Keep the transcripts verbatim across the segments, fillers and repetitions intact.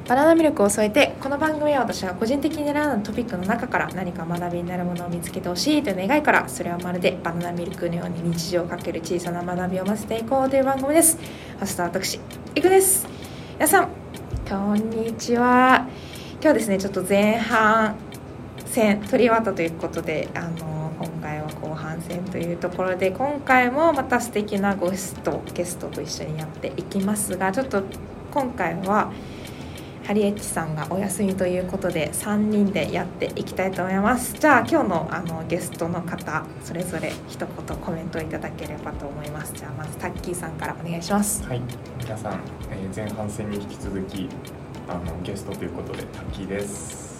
バナナミルクを添えて、この番組は私が個人的に選んだトピックの中から何か学びになるものを見つけてほしいという願いから、それはまるでバナナミルクのように日常をかける小さな学びを混ぜていこうという番組です。ホストは私いくです。皆さんこんにちは。今日はですね、ちょっと前半戦取り終わったということで、あの今回は後半戦というところで、今回もまた素敵なゲストゲストと一緒にやっていきますが、ちょっと今回はハリエッチさんがお休みということでさんにんでやっていきたいと思います。じゃあ今日の、あのゲストの方それぞれ一言コメントをいただければと思います。じゃあまずタッキーさんからお願いします。 はい、皆さん、えー、前半戦に引き続きあのゲストということでタッキーです。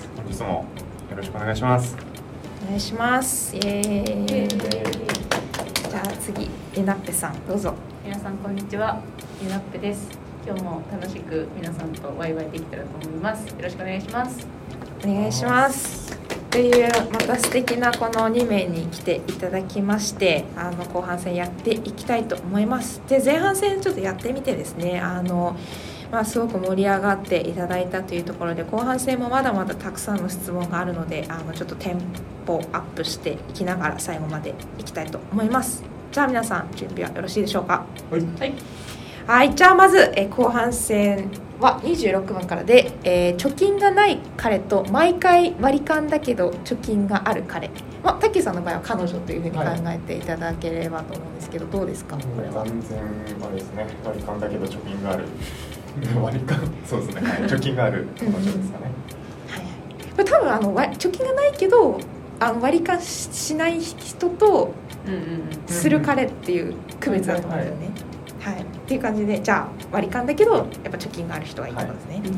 本日もよろしくお願いします。 お願いします。イエーイ。じゃあ次エナッペさんどうぞ。 皆さんこんにちは、エナッペです。今日も楽しく皆さんとワイワイできたらと思います。よろしくお願いします。 お願いします。というまた素敵なこのに名に来ていただきまして、あの後半戦やっていきたいと思います。で前半戦ちょっとやってみてですね、あの、まあ、すごく盛り上がっていただいたというところで、後半戦もまだまだたくさんの質問があるので、あのちょっとテンポアップしていきながら最後までいきたいと思います。じゃあ皆さん準備はよろしいでしょうか。 はい、 はいはい、じゃあまず、えー、後半戦はにじゅうろくばんからで、えー、貯金がない彼と毎回割り勘だけど貯金がある彼、まあ、タッキーさんの場合は彼女というふうに考えていただければと思うんですけど、どうですか。これは断然あれですね、割り勘だけど貯金がある割り勘そうですね、はい、貯金がある彼女ですかね。 はいはい、これ多分あの貯金がないけどあの割り勘しない人とする彼っていう区別だと思うんですよね。はい、っていう感じで、じゃあ割り勘だけどやっぱ貯金がある人がいいってことですね。はい、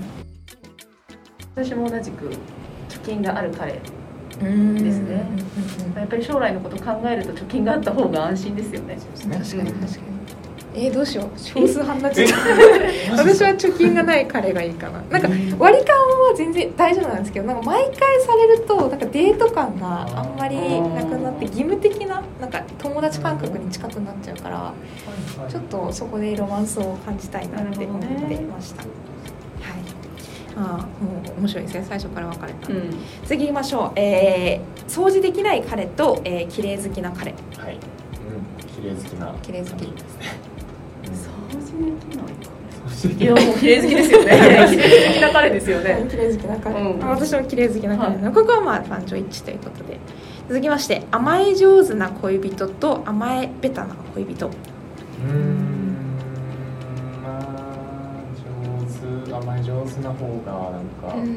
私も同じく貯金がある彼ですね。やっぱり将来のことを考えると貯金があった方が安心ですよね。 確かに確かに。えー、どうしよう、少数派になっちゃった私は貯金がない彼がいいかな。なんか割り勘は全然大丈夫なんですけど、なんか毎回されるとなんかデート感があんまりなくなって義務的ななんか友達感覚に近くなっちゃうから、ちょっとそこでロマンスを感じたいなって思ってました。はい、あもう面白いですね、最初から分かれた、うん、次行きましょう。えー、掃除できない彼と、えー、綺麗好きな彼。 はい、うん、綺麗好きな綺麗好きですね。 掃除できないか。いやもう綺麗好きですよね。綺麗好きな彼ですよね。 綺麗好きな彼、うん、私も綺麗好きな彼、はい、ここはまあ男女一致ということで、続きまして甘え上手な恋人と甘えベタな恋人。うーん、まあ上手、甘え上手な方がなんか、うん、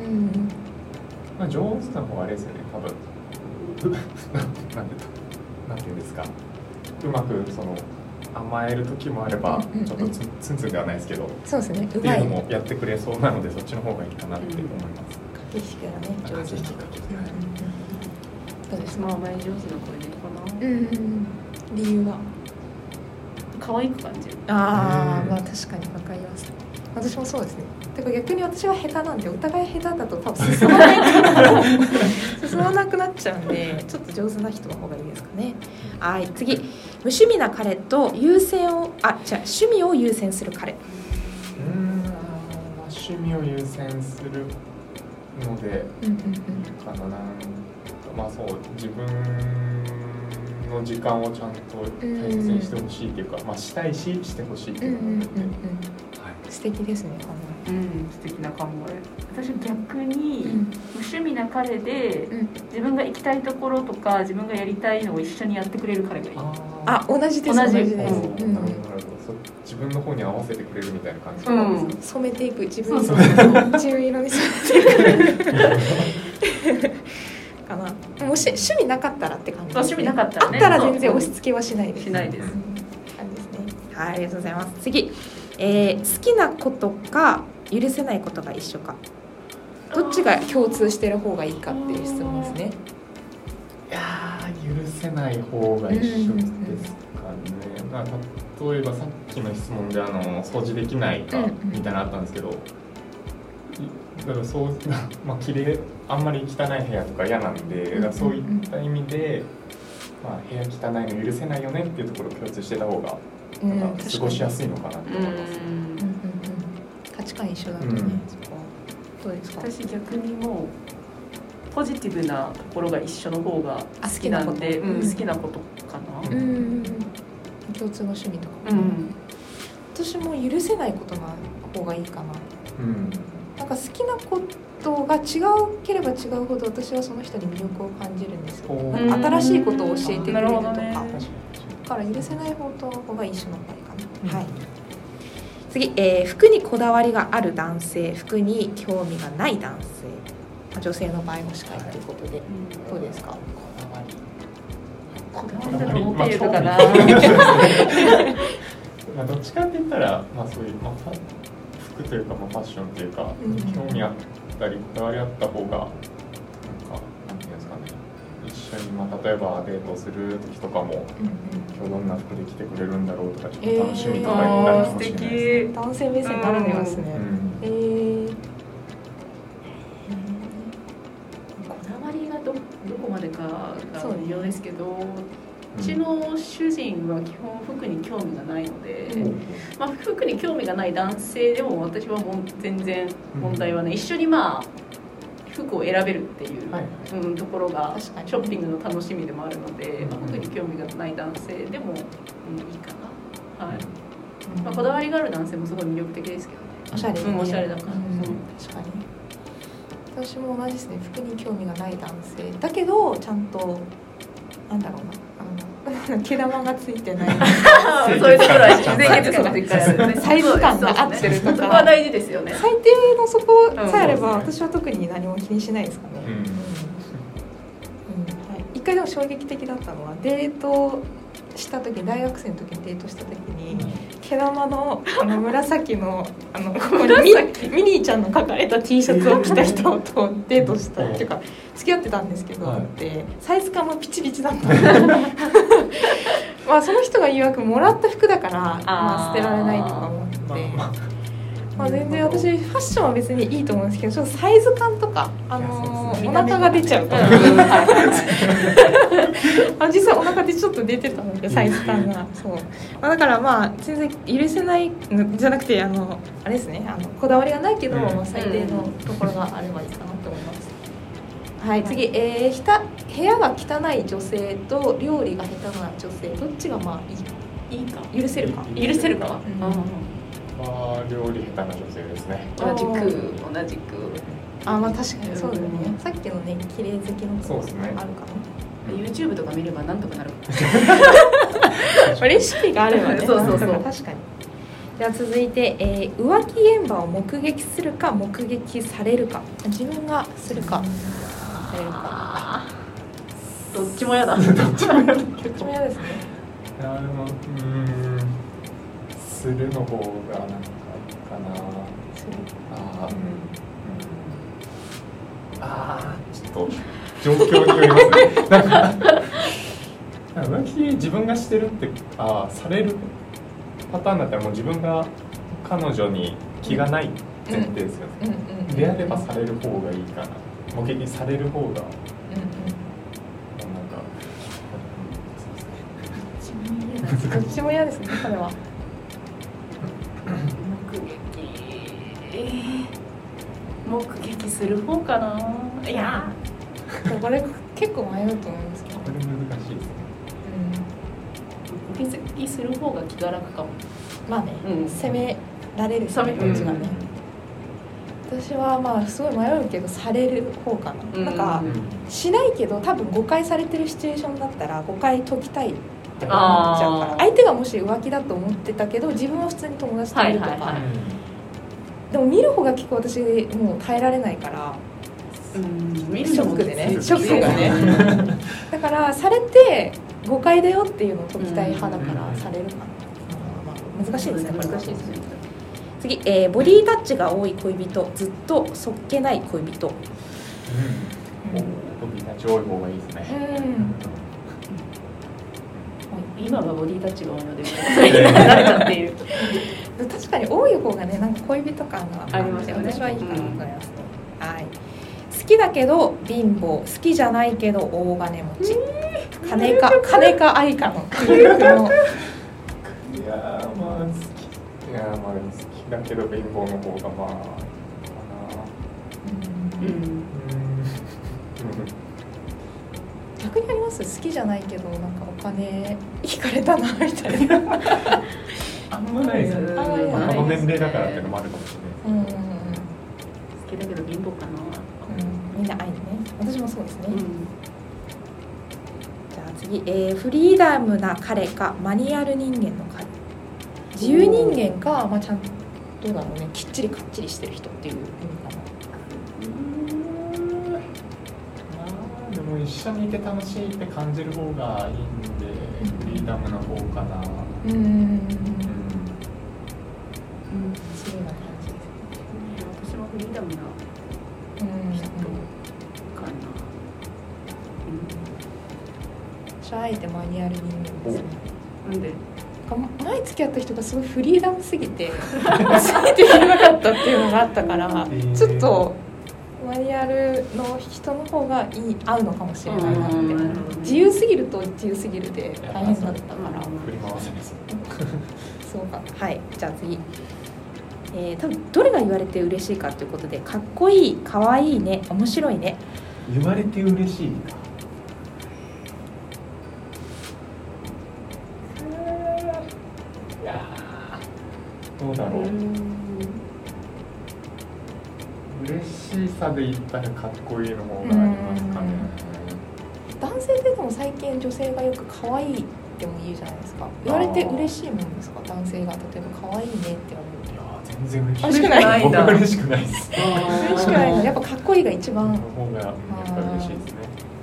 まあ、上手な方があれですよね、多分なんてなんていうんですか、うまくその甘える時もあれば、うんうんうん、ちょっとツンツンツンではないですけど、 そうですね、 っていうのもやってくれそうなので、そっちの方がいいかなって思います。 駆け引きがね、 上手な駆け引きが、 どうですか。甘え上手な恋人かな。 うんうん、理由は可愛く感じる。 ああ、まあ確かに分かります。私もそうですね。だから逆に私は下手なんで、お互い下手だと多分進まないから進まなくなっちゃうんで、ちょっと上手な人の方がいいですかね。はい、次、無趣味な彼と優先をあじゃあ趣味を優先する彼。 うーん、趣味を優先するので、うんうんうん、かな、まあそう、自分の時間をちゃんと大切にしてほしいっていうか、うん、まあしたいししてほしいっていうのがあって、うんうんうんうん、 はい、素敵ですね、考え。うん、素敵な考え。私逆に、うん、無趣味な彼で、うん、自分が行きたいところとか自分がやりたいのを一緒にやってくれる彼がいい。 あ、同じです。 同じです。 うん、なるほど、自分の方に合わせてくれるみたいな感じなんですか、 うん、染めていく、自分の自分色に染めていくかな。もし趣味なかったらって感じですね。 趣味なかったらね、 あったら全然押し付けはしないです。 しないです。 感じですね。はい、ありがとうございます。次、えー、好きなことか許せないことが一緒か、どっちが共通してる方がいいかっていう質問ですね。 いやー、許せない方が一緒ですかね。まあ、例えばさっきの質問であの掃除できないかみたいなのあったんですけど、だからそう、まあ、きれいあんまり汚い部屋とか嫌なんで、だからそういった意味で、まあ、部屋汚いの許せないよねっていうところを共通してた方がなんか過ごしやすいのかなと思います。 うんうんうん、価値観一緒だとね、うん、そこはどうですか？ 私逆にもうポジティブなところが一緒の方が好きなんで、 うん、 好きなことかな。 うん、共通の趣味とか、 うん、 私も許せないことの方がいいかな、うん、なんか好きなことが違うければ違うほど私はその人に魅力を感じるんですよ。なんか新しいことを教えてくれるとか、ね、だから許せない方と方が一緒の方がいいかな、うん、はい。次、えー、服にこだわりがある男性、服に興味がない男性、女性の場合もしかりということで、はい、どうですか？ こだわりだと思っているかな。 まあどっちかって言ったら、まあ、そういう、まあ、服というか、まあ、ファッションというか、うん、興味あったりこだわりあった方がなんかなんていうんですかね、一緒に、まあ、例えばデートする時とかも、うん、今日どんな服で着てくれるんだろうとかちょっと楽しみとかになるかもしれないですね。 えー、男性目線ならではですね。うん、えー、 こだわりが ど, どこまでかが微妙ですけど、うちの主人は基本服に興味がないので、うん、まあ、服に興味がない男性でも私はもう全然問題はね、うん、一緒にまあ服を選べるっていう、はい、うん、ところがショッピングの楽しみでもあるので、まあ、服に興味がない男性でも、うん、いいかな、はい、うん、まあ、こだわりがある男性もすごい魅力的ですけどね。 おしゃれ、ね、 うん、おしゃれだから、うん、 確かに私も同じですね。服に興味がない男性だけどちゃんとなんだろうな、毛玉がついてないそういうところは清潔感がついてる、 サイズ感が合ってるとか、 そこは大事ですよね。 最低のそこさえあれば私は特に何も気にしないですかね。うんうん、はい、一回でも衝撃的だったのはデートした時、大学生の時にデートした時に、うん、毛玉 の, あの紫のあのここに ミ, ミニーちゃんの描かれた T シャツを着た人とデートしたっていうか付き合ってたんですけど、はい、でサイズ感もピチピチだったまあその人が曰くもらった服だから、まあ、捨てられないとか思って、まあまあまあ、全然私ファッションは別にいいと思うんですけど、ちょっとサイズ感とか、あのー、お腹が出ちゃうからあ、実際お腹でちょっと出てたのでサイズ感がそう、まあ、だからまあ全然許せないじゃなくて、あのあれですね、あのこだわりがないけど、うん、最低のところがあればいいかなと思います。はい、次、えー、ひた部屋が汚い女性と料理が下手な女性、どっちがまあいい、いいか、許せるか許せるか、 うん、まあ、料理下手な女性ですね。 同じく同じくあ、まあ確かにそうだよね、うん、さっきのね、綺麗好きの子もあるかな、ね、 YouTube とか見ればなんとかなるレシピがあればねそうそうそう、 確かに。では続いて、えー、浮気現場を目撃するか目撃されるか、自分がするかされるか、 どっちも嫌だどっちも嫌だどっちも嫌ですね。 いやでも、うーん、するの方がなんかいいかな。あ、うん、あー、ちょっと状況によりますねなんか浮気自分がしてるって、あ、されるパターンだったらもう自分が彼女に気がない前提ですよね。であればされる方がいいかな。目撃される方が、うんうん、なんかどっちも嫌ですね、これは。 目撃する方かな。いやこれ結構迷うと思うんですけど、 これ難しいですね。 目撃する方が気が楽かも。 まあね、うん、攻められるし、ね、こっちがね、うん、私はまあすごい迷うけどされる方かな、うん、なんかしないけど多分誤解されてるシチュエーションだったら誤解解きたいって思っちゃうから、相手がもし浮気だと思ってたけど自分は普通に友達といるとか、はいはいはい、でも見る方が結構私もう耐えられないから、うん、ショックでね、ショックがねだからされて誤解だよっていうのを解きたい派だからされるかな、まあ、難しいですね、これ難しいですね。次、えー、ボディタッチが多い恋人、ずっとそっけない恋人、うん、 ボディタッチ多い方がいいですね、 うん、今はボディタッチが多いのでそれに慣れちゃっている確かに多い方がね、なんか恋人感がありますよね。私はいいかなと思いますね、うん、はい。好きだけど貧乏、好きじゃないけど大金持ち、金か金か愛かのいやー、まあ好き、いやー、まあ好きだけど貧乏の方がまあかな。 うん、 逆にあります？好きじゃないけどなんかお金引かれたなみたいなあんまないですよね。この年齢だからっていうのもあるかもしれないです、うん、 好きだけど貧乏かな、 うん、みんな愛ね。私もそうですね、うん、じゃあ次、えー、フリーダムな彼かマニュアル人間の彼。自由人間か、まあ、ちゃんとどうだろうね、きっちりかっちりしてる人っていう意味かな。 うーん、まあでも一緒にいて楽しいって感じる方がいいんで、うん、フリーダムな方かな。 うーん、うん、うん、自由な感じですね。 私もフリーダムな人かな、 うんうん、じゃああえてマニュアル人間ですね。 なんで前付き合った人がすごいフリーダムすぎてついていけなかったっていうのがあったから、えー、ちょっとマニュアルの人の方がいい合うのかもしれないなって。自由すぎると自由すぎるで大変だったから振り回せですそうか。はい、じゃあ次、えー、多分どれが言われて嬉しいかということで、かっこいい、かわいいね、面白いね。 言われて嬉しいか。どうだろう。嬉しさで言ったらかっこいいの方がありますかね。 男性ででも最近女性がよく可愛いっても言うじゃないですか。言われて嬉しいもんですか？男性が例えば可愛いねって言われると。いや全然嬉しくない。 僕は嬉しくないです。 嬉しくないの。やっぱかっこいいが一番。 の方がやっぱり嬉しいですね。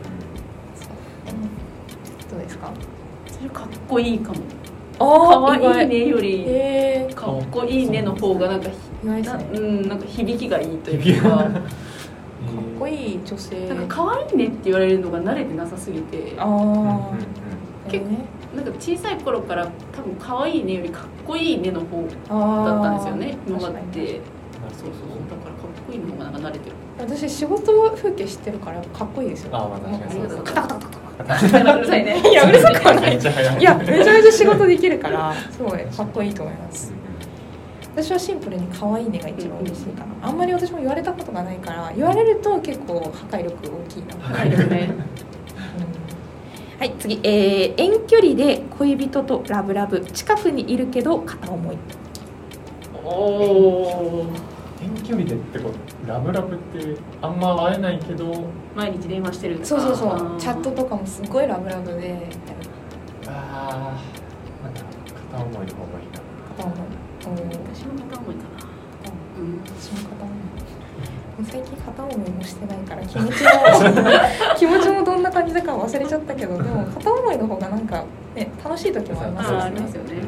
どうですか？ それかっこいいかも。 かわいいねよりかっこいいねの方がなんか、 な、ね、 うん、なんか響きがいいというかかっこいい女性なんかかわいいねって言われるのが慣れてなさすぎて、あ、うんうん、結構なんか小さい頃から多分かわいいねよりかっこいいねの方だったんですよね今まで。そうそうそう、だからかっこいいの方がなんか慣れてる。 私仕事風景知ってるからかっこいいですよ。 あ、まあ確かにそう。 カタカタカタうるさいね。 いやうるさくはない。いやめちゃめちゃ仕事できるからすごいかっこいいと思います。私はシンプルに可愛いねが一番嬉しいかな。あんまり私も言われたことがないから言われると結構破壊力大きいな。 破壊力ね。 うん、はい次、えー、遠距離で恋人とラブラブ、近くにいるけど片思い。 おお。 遠距離でってこと、ラブラブってあんま会えないけど毎日電話してるとか。 そうそうそう、チャットとかもすごいラブラブで。 ああ、なんか片思いの方がいいな。 片思い。 私も片思いかな。 うん、私も片思い。最近片思いもしてないから気持ちも気持ちもどんな感じだか忘れちゃったけど、でも片思いの方がなんかね楽しい時もありますよね。 ありますよね。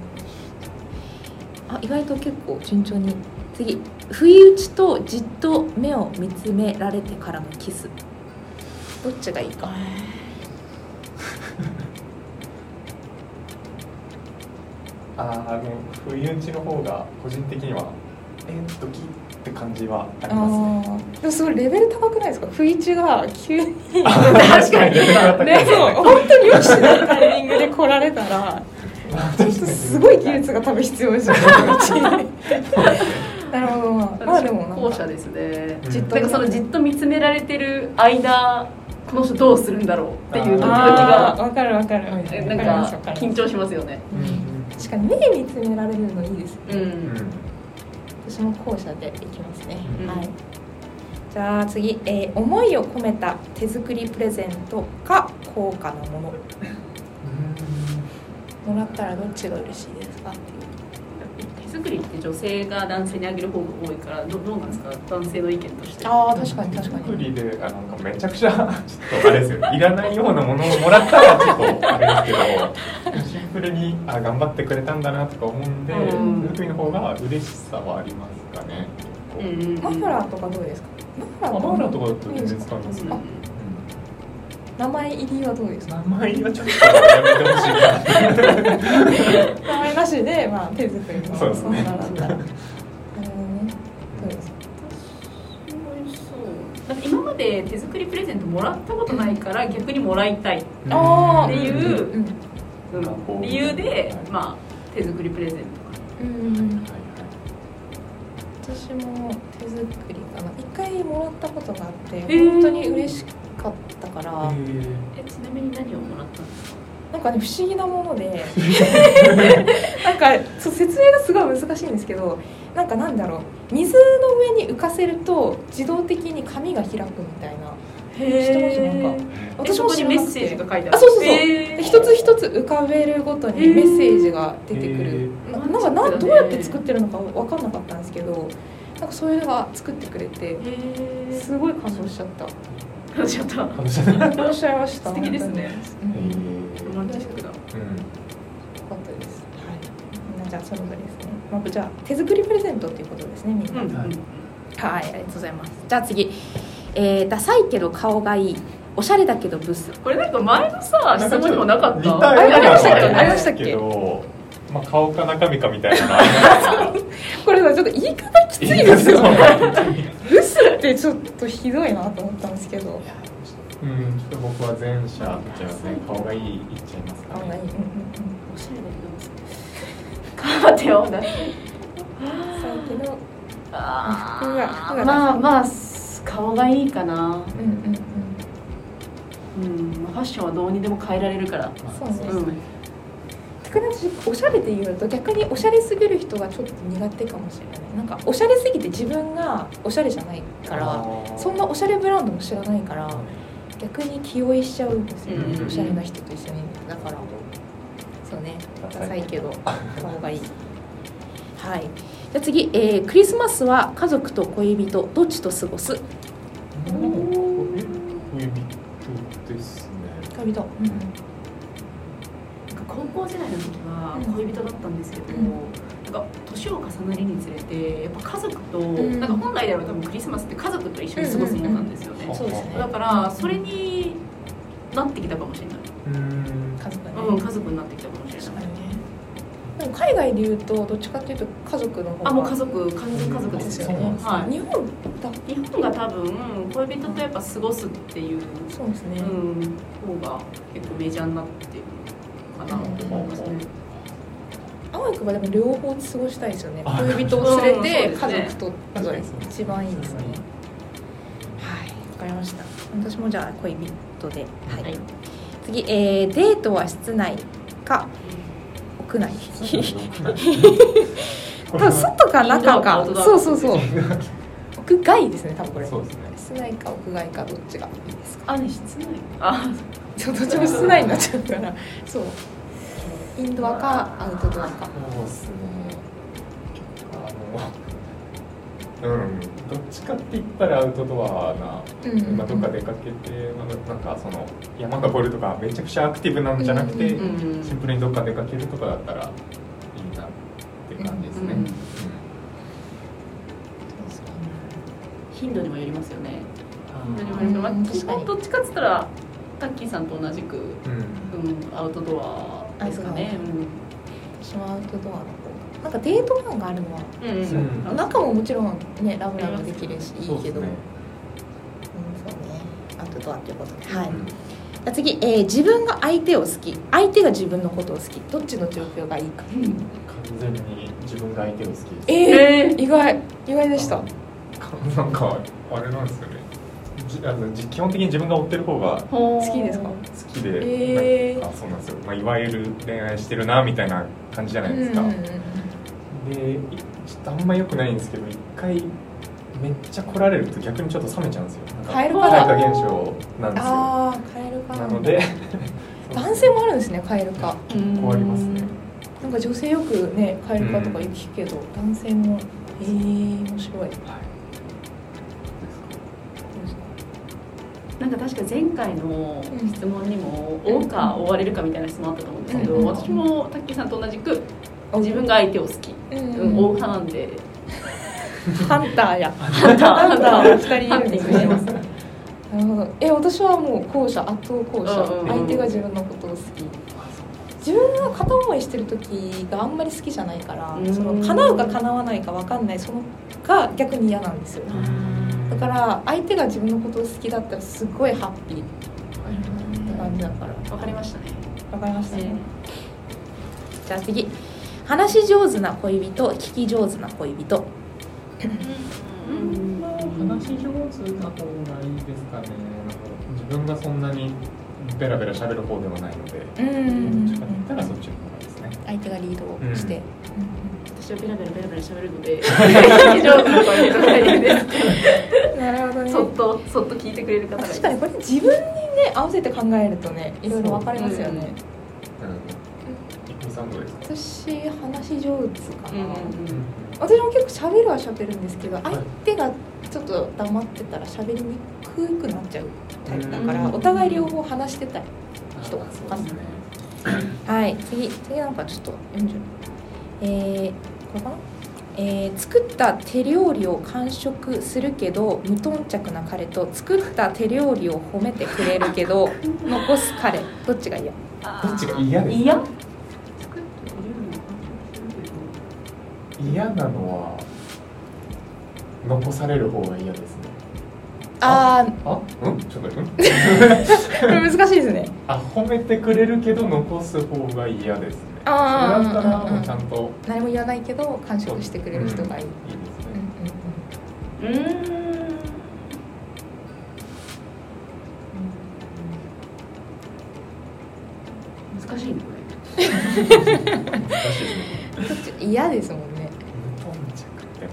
うん、あ、意外と結構順調に。次、不意打ちとじっと目を見つめられてからのキス、どっちがいいか。 ああ、もう不意打ちの方が個人的にはえー、ドキって感じはありますね。 でもすごいレベル高くないですか？不意打ちが急に確かにね、そう本当に予期しないタイミングで来られたらすごい技術が多分必要ですよね。なるほど。まあでも後者ですね。じっとなんかそのじっと見つめられてる間、この人どうするんだろうっていうドキドキがわかるわかる。 なんか緊張しますよね。 うん、確かに目で見つめられるのいいですね。うん、私も後者でいきますね。うん、はい。じゃあ次、えー、思いを込めた手作りプレゼントか高価なもの。もらったらどっちが嬉しいですかっていう。 手作りって女性が男性にあげる方が多いからどうなんですか、男性の意見として。 ああ確かに確かに。 手作りであなんかめちゃくちゃちょっとあれですよね。いらないようなものをもらったらちょっとあれですけど、シンプルにあ頑張ってくれたんだなとか思うんで、手作りの方が嬉しさはありますかね。 うん、マフラーとかどうですか？ マフラーマフラーとかだと全然使いますね。 名前入りはどうですか？ 名前入りはちょっとやめてほしいな。名前なしで、まあ、手作りのそうですね。 なるほどね。どうですか？ なんか今まで手作りプレゼントもらったことないから逆にもらいたいっていう、うんうん、理由で、まあ、手作りプレゼントか。うん、 私も手作りかな。一回もらったことがあって、 えー、 本当に嬉しかったから、 えー、えちなみに何をもらったんですか？ なんかね、不思議なものでなんかそう説明がすごい難しいんですけど、なんかなんだろう、水の上に浮かせると自動的に紙が開くみたいな。知ってます？なんか私も知らなくて、メッセージが書いてある。 あ、そうそうそう、一つ一つ浮かべるごとにメッセージが出てくる。な, なんかなどうやって作ってるのか分かんなかったんですけど、なんかそういうのが作ってくれてすごい感動しちゃった感動しちゃった感動しちゃいました。 素敵ですね。 ロマンチックだ。よかったです。はい。みんなじゃあそれぞれですね。まあ、じゃあ手作りプレゼントっていうことですね、みんな。うん、はい、はい、ありがとうございます。じゃあ次、えー、ダサいけど顔がいい、おしゃれだけどブス。 これなんか前のさ質問にもなかった？ ありましたっけ？ありましたっけ？ まあ、顔か中身かみたいなのありますこれさちょっと言い方きついですよブスってちょっとひどいなと思ったんですけど、 うん、ちょっと僕は前者言っちゃいますね。顔がいい言っちゃいますかね。 顔がいい、うんうんうん、 おしゃれだけどブス。頑張ってよだってさいけどあ服が服がまあまあ顔がいいかな。うんうんうん、 うん、ファッションはどうにでも変えられるから。 そうですね、うん、おしゃれで言うと逆におしゃれすぎる人がちょっと苦手かもしれない。なんかおしゃれすぎて自分がおしゃれじゃないから、そんなおしゃれブランドも知らないから逆に気負いしちゃうんですよね、うんうん、おしゃれな人と一緒に。だからそうね、ダサいけど顔がいいはい。じゃあ次、えー、クリスマスは家族と恋人どっちと過ごす？ 恋人ですね。 恋人、うん、 高校時代の時は恋人だったんですけど、うん、なんか年を重ねるにつれてやっぱ家族と、うん、なんか本来であれば多分クリスマスって家族と一緒に過ごす日なんですよね。だからそれになってきたかもしれない。 うん家族、ね、 うん、家族になってきたかもしれない。 でも海外でいうとどっちかっていうと家族の方が。 あ、もう家族、完全家族ですよね。 はい、日本だ日本が多分恋人とやっぱ過ごすっていう、 そうですね、 うん、方が結構メジャーになってるかなと思いますね。 あわよくばでも両方過ごしたいですよね。恋人を連れて家族と一番いいですね。はい、わかりました。私もじゃあ恋人で、はい、はい、次、えー、デートは室内か屋内多分外か中か、そうそうそう屋外ですね多分これ。 そうですね、 室内か屋外かどっちがいいですか？ あ、ね、室内、あ、 ちょっとどっちも室内になっちゃうからそうインドアかアウトドアか。 そうですね、あのうんどっちかって言ったらアウトドアな、うんうんうん、まあ、どっか出かけてなんかその山登るとかめちゃくちゃアクティブなんじゃなくて、うんうんうん、シンプルにどっか出かけるとかだったらいいなって感じですね、うんうんうん、 頻度にもよりますよね。頻度にもよります、まあ、どっちかっつったらタッキーさんと同じく、うんうん、アウトドアですかね、うん、 私はアウトドアの方なんかデート感があるのは、うんうん、中ももちろんねラブラブできるしいいけど、そうですね、うん、そうね、アウトドアということで、はい、うん、じゃあ次、えー、自分が相手を好き相手が自分のことを好きどっちの状況がいいか、うん、 完全に自分が相手を好きです。 えー、意外意外でした。 なんかあれなんですよね、あの基本的に自分が追ってる方が好きですか？ 好きで、えー、なんかそうなんですよ、まあ、いわゆる恋愛してるなみたいな感じじゃないですか、うんうんうん、でちょっとあんま良くないんですけど一回めっちゃ来られると逆にちょっと冷めちゃうんですよ。 カエル化だ。 カエル化現象なんですよ。 あー、カエル化なので男性もあるんですね、カエル化。 結構ありますね。 なんか女性よくねカエル化とか聞くけど、うん、男性もへー面白い、はい、 なんか確か前回の質問にも追うか追われるかみたいな質問あったと思うんですけど、うんうん、私もタッキーさんと同じく自分が相手を好き、うんうん、追う派なんでハンターやハンターハンターふたりいるんですね。なるほど。え、私はもう後者、圧倒後者、うんうん、相手が自分のことを好き。自分が片思いしてる時があんまり好きじゃないから、うん、その叶うか叶わないか分かんないそのが逆に嫌なんですよ。だから相手が自分のことを好きだったらすごいハッピーって感じだから。 分かりましたね。 分かりましたね。じゃあ次、話し上手な恋人、聞き上手な恋人。 うんまあ話し上手な方がいいですかね。自分がそんなにベラベラ喋る方ではないので、 うんどっちかって言ったらそっちの方がいいですね。 相手がリードをして、 私はベラベラベラベラ喋るので非常に声が高いですなるほどね。 そっとそっと聞いてくれる方がいい。 確かにこれ自分にね合わせて考えるとねいろいろ分かりますよね。 いくみさんどうですか？ 私話し上手かな、 うんうんうん、 私も結構喋るは喋るんですけど、相手がちょっと黙ってたら喋りにくくなっちゃうタイプだから、お互い両方話してたい人かな。はい、次次なんかちょっとよんじゅうえー、これかな、えー、作った手料理を完食するけど無頓着な彼と、作った手料理を褒めてくれるけど残す彼、どっちが嫌？ どっちが嫌ですか？ 嫌？ 嫌なのは残される方が嫌ですね。 あーあうんちょっとうんこれ難しいですね。 あ褒めてくれるけど残す方が嫌ですね。 あそれだったらもうちゃんと何も言わないけど完食してくれる人がいい。 いいですね。 うーん難しいねこれ。 難しいですね。 どっち嫌ですもんね。 無頓着って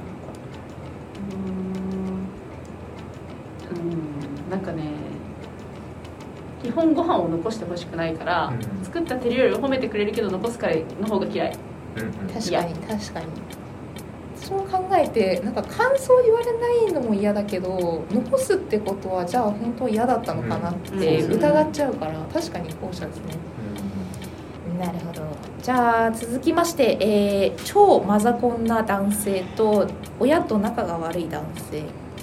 うーんうんなんかね、基本ご飯を残してほしくないから、うん、作った手料理を褒めてくれるけど残す彼の方が嫌い。 うんうん、 確かに確かに。私も考えてなんか感想言われないのも嫌だけど残すってことはじゃあ本当嫌だったのかなって疑っちゃうから、うん、確かに後者ですね。うん、なるほど。じゃあ続きまして、えー、超マザコンな男性と親と仲が悪い男性。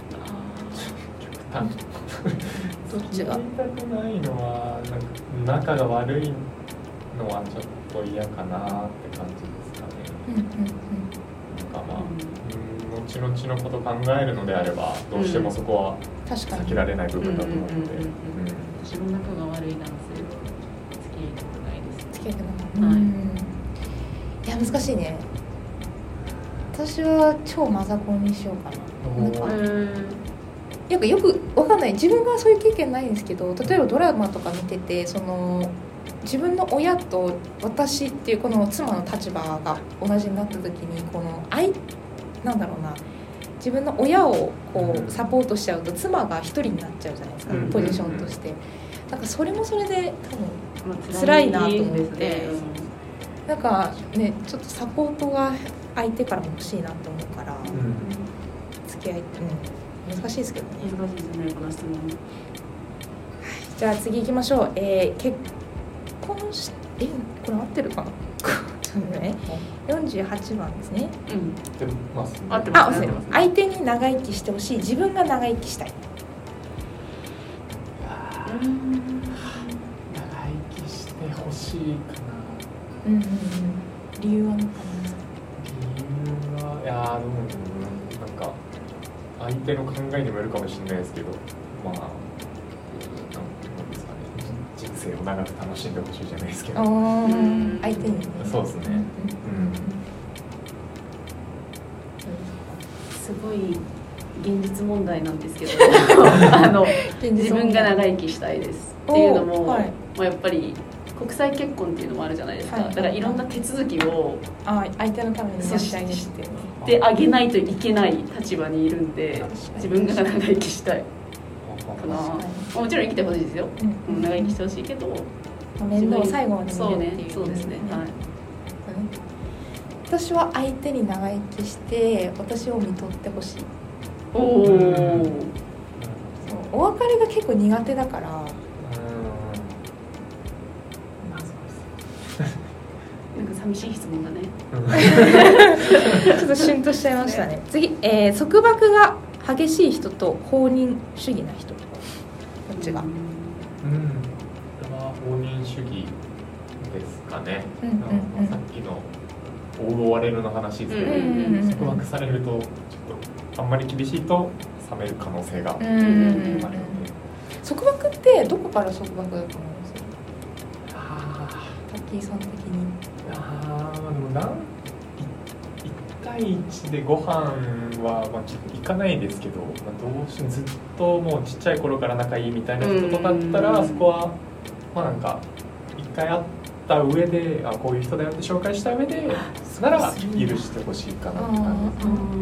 どっちが？ 言いたくないのはなんか仲が悪いのはちょっと嫌かなって感じですかね。 うんうんうん、 なんかまあ、うん、後々のこと考えるのであればどうしてもそこは避けられない部分だと思うので、 私も仲が悪い男性は付き合いたくないです。 付き合いたくない。はい。いや難しいね。私は超マザコンにしようかな。なんかよくよくわかんない、自分がそういう経験ないんですけど、例えばドラマとか見ててその自分の親と私っていうこの妻の立場が同じになった時にこの愛なんだろうな自分の親をこうサポートしちゃうと妻が一人になっちゃうじゃないですか、うん、ポジションとして。なんかそれもそれで多分辛いなと思って、うん、なんかねちょっとサポートが相手からも欲しいなと思うから、うん、付き合い、うん、難しいですけどね。 難しいですねこの質問。はい、 じゃあ次行きましょう。えー、結婚しえこれ合ってるかなちょっとね、よんじゅうはちばんですね。 うん。 合ってます、ね。 合ってます、 ね。相手に長生きしてほしい、自分が長生きしたい。 うん、長生きしてほしいかな。 うんうんうん。理由は何かな。 理由はいやーどうもなんか相手の考えにもよるかもしれないですけど、まあなんですかね、人生を長く楽しんでほしいじゃないですけど。 あー相手にね。 そうですね。うん。うん、 すごい現実問題なんですけどあの自分が長生きしたいですっていうのも、はい、まあ、やっぱり国際結婚っていうのもあるじゃないですか、はい、だからいろんな手続きをあ相手のためにやってあげてであげないといけない立場にいるんで、自分が長生きしたいかな。もちろん生きてほしいですよ、うん、長生きしてほしいけど面倒を最後まで見るっていう、 そうですね、はい、 私は相手に長生きして私を見とってほしい。 おお、うん、 お別れが結構苦手だから、うん、 なんか寂しい質問だねちょっとシュンとしちゃいましたね。次、えー、束縛が激しい人と放任主義な人、どっちが？うん、 これは放任主義ですかね、うんうんうん、さっきの追う追われるの話ですけど、うんうんうん、束縛されるとちょっとあんまり厳しいと冷める可能性があるので、うんうんうん、 束縛ってどこから束縛だと思います？タッキーさん的に。 ああでもなん一旦対いちでご飯は、まあ、行かないですけど、まあ、どうしてもずっともうちっちゃい頃から仲いいみたいな人とかだったら、そこはまあなんか一回会った上で、あ、こういう人だよって紹介した上でなら許してほしいかなって感じですね。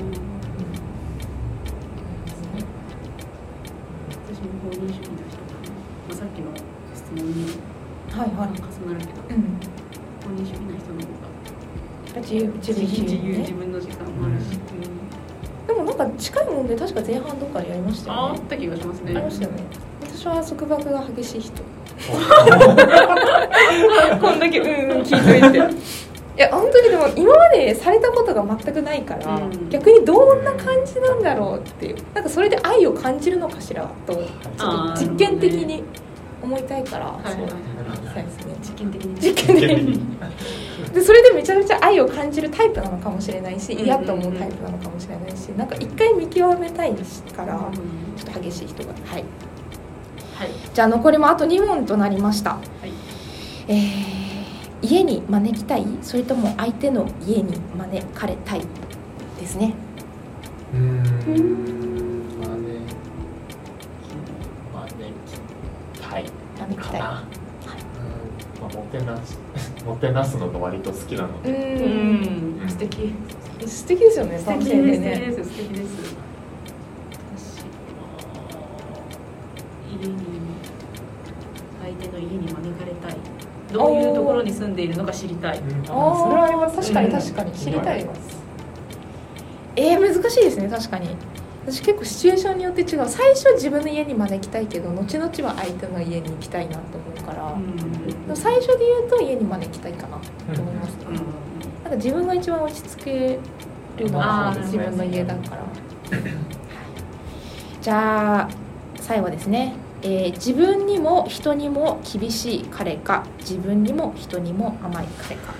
私も公認主義の人、まあ、さっきの質問にはいはい重なるけど、 うん、 公認主義な人の方が自由自分自由、 ね、 自分の時間もあるし、 うん、でもなんか近いもんで確か前半どっかでやりましたよね。 あった気がしますね。 ありましたよね。私は束縛が激しい人こんだけうんうん聞いといていや本当にでも今までされたことが全くないから、うん、逆にどんな感じなんだろうっていう、なんかそれで愛を感じるのかしらとちょっと実験的に思いたいから、そうですね、実験的に実験的にでそれでめちゃめちゃ愛を感じるタイプなのかもしれないし、嫌と思うタイプなのかもしれないし、なんか一回見極めたいから、ちょっと激しい人が、はい、はい、じゃあ残りもあとに問となりました、はい、えー、家に招きたい、それとも相手の家に招かれたいですね。 うーん、招きたい招きたいかな、 はい、まあ、もてなすもてなすのが割と好きなので、 うん、うん、素敵素敵ですよね。 素敵です、素敵です、素敵です。家に相手の家に招かれたい、どういうところに住んでいるのか知りたい。 あ、それはあります。確かに確かに、うん、知りたいです。えー、難しいですね。確かに私結構シチュエーションによって違う。最初自分の家に招きたいけど、後々は相手の家に行きたいなと思うから、うん、でも最初で言うと家に招きたいかなと思います、ね、うん、なんか自分が一番落ち着けるのが自分の家だから、じゃあ最後ですね、えー、自分にも人にも厳しい彼か、自分にも人にも甘い彼か。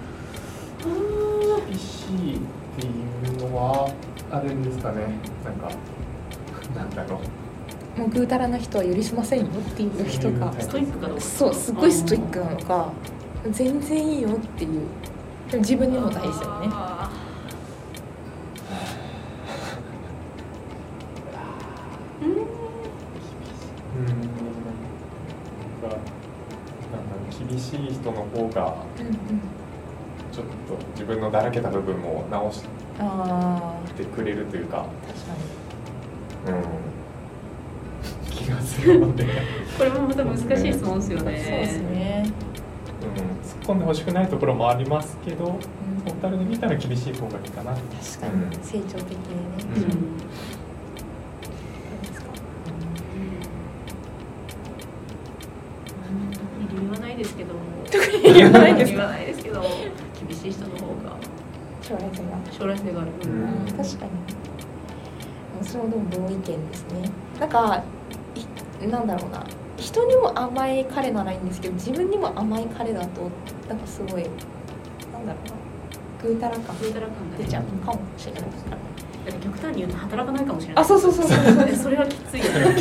厳しいっていうのはあるんですかね。なんかなんだろう、もうぐうたらな人は許しませんよっていう人がストイックかどうか、 そう、すごいストイックなのか、全然いいよっていう、でも自分にも大事だよね。 厳しい人の方がちょっと自分のだらけた部分も直してくれるというか、確かに、うん、気がするのでこれもまた難しい質問ですよね。そうですね、 うん、突っ込んでほしくないところもありますけど、トータルで見たら厳しい方がいいかな。 確かに、うん、成長的にね、うん、うん、 ですけど、 特に言わないです言わないですけど、厳しい人の方が将来性が将来性がある、うん、 確かに。それもでも同意見ですね。なんかなんだろうな、人にも甘い彼ならいいんですけど、自分にも甘い彼だとなんかすごい、なんだろうな、ぐうたら感出ちゃうかもしれないですから。 極端に言うと働かないかもしれない。 あ、そうそうそうそうそれはきついよね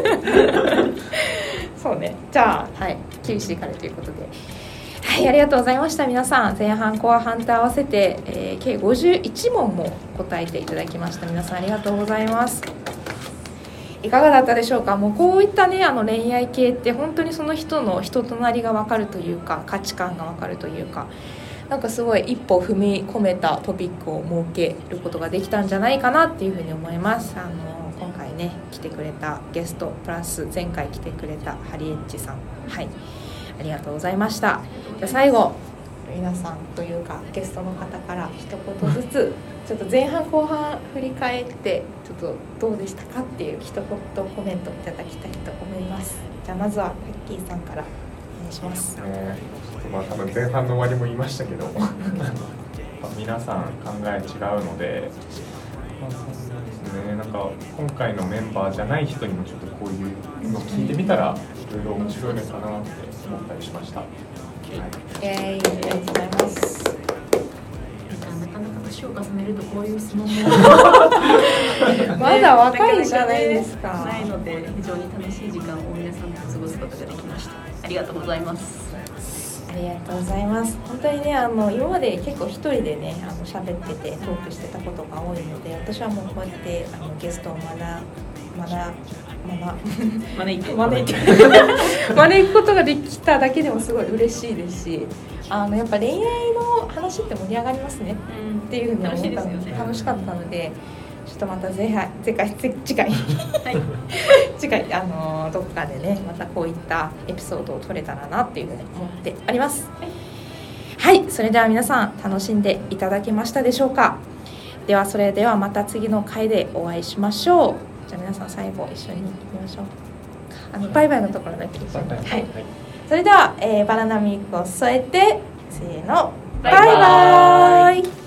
そうね。じゃあ、はい、厳しい彼ということで、はい、ありがとうございました。皆さん前半後半と合わせて、えー、計ごじゅういち問も答えていただきました。皆さんありがとうございます。いかがだったでしょうか。もうこういったね、あの恋愛系って本当にその人の人となりが分かるというか、価値観が分かるというか、なんかすごい一歩踏み込めたトピックを設けることができたんじゃないかなっていうふうに思います。あの今回ね来てくれたゲストプラス前回来てくれたハリエッチさん、はい、ありがとうございました。じゃあ最後皆さんというかゲストの方から一言ずつちょっと前半後半振り返ってちょっとどうでしたかっていう一言コメントいただきたいと思います。じゃあまずはタッキーさんからお願いします。 えー、まあ多分前半の終わりも言いましたけど皆さん考え違うので、まあ、そうですね、なんか今回のメンバーじゃない人にもちょっとこういうのを聞いてみたらいろいろ面白いのかなって思ったりしました。はい、 えー、ありがとうございます。 なかなか年を重ねるとこういう質問もまだ若いじゃないですか。 ないので非常に楽しい時間を皆さんと過ごすことができました。ありがとうございます。 あありがとうございます。本当にね、あの今まで結構一人でね、あの喋っててトークしてたことが多いので、私はもうこうやってあのゲストをまだまだまだ招いて招いて招くことができただけでもすごい嬉しいですし、あのやっぱ恋愛の話って盛り上がりますね、うん、っていうふうに思ったので、ね、楽しかったので、ちょっとまたぜひ次回次回、はい、次回あのどっかでねまたこういったエピソードを撮れたらなっていうふうに思っております。はい、はい、それでは皆さん楽しんでいただけましたでしょうか。ではそれではまた次の回でお会いしましょう。じゃあ皆さん最後一緒に行きましょう。あのバイバイのところだけ一緒に、はいはい、それでは、えー、バナナミルクを添えてせーの、バイバイ。